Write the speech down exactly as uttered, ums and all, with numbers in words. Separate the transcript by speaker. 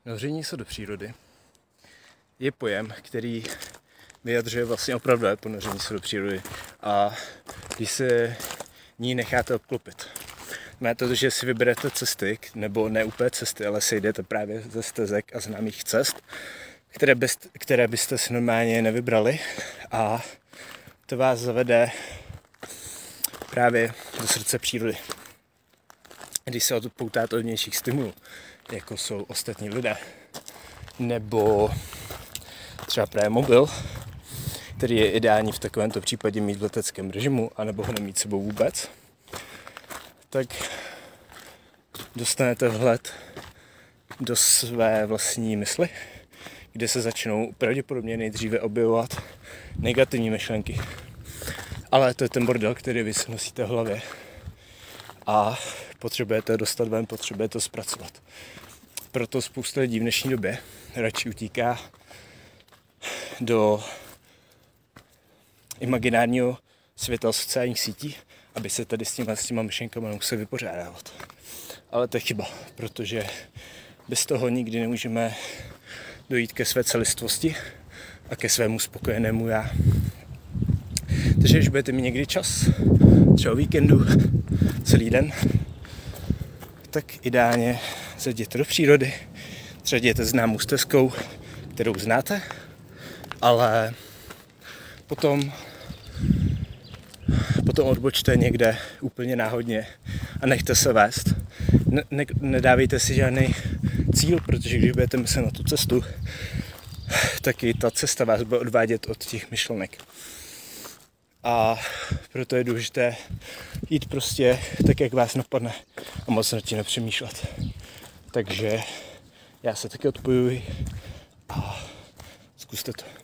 Speaker 1: Noření se do přírody je pojem, který vyjadřuje vlastně opravdu ponoření se do přírody. A když se ní necháte obklopit. Má to, že si vyberete cesty, nebo ne úplně cesty, ale sejdete právě ze stezek a známých cest, které, bez, které byste si normálně nevybrali, a to vás zavede právě do srdce přírody. Když se odpoutáte od vnějších stimulů, jako jsou ostatní lidé, nebo třeba právě mobil, který je ideální v takovémto případě mít v leteckém režimu, anebo ho nemít sebou vůbec, tak dostanete vhled do své vlastní mysli, kde se začnou pravděpodobně nejdříve objevovat negativní myšlenky. Ale to je ten bordel, který vy si nosíte v hlavě a potřebujete dostat ven, potřebujete to zpracovat. Proto spousta lidí v dnešní době radši utíká do imaginárního světa sociálních sítí, aby se tady s těma, s těma myšlenkama nemuseli vypořádávat. Ale to je chyba, protože bez toho nikdy nemůžeme dojít ke své celistvosti a ke svému spokojenému já. Takže když budete mít někdy čas, třeba o víkendu, celý den, tak ideálně se jděte do přírody, třeba jděte známou stezkou, kterou znáte, ale potom, potom odbočte někde úplně náhodně a nechte se vést. Ne, ne, nedávejte si žádný cíl, protože když budete myslet na tu cestu, tak i ta cesta vás bude odvádět od těch myšlenek. A proto je důležité jít prostě tak, jak vás napadne, a moc na tím nepřemýšlet. Takže já se taky odpojuji a zkuste to.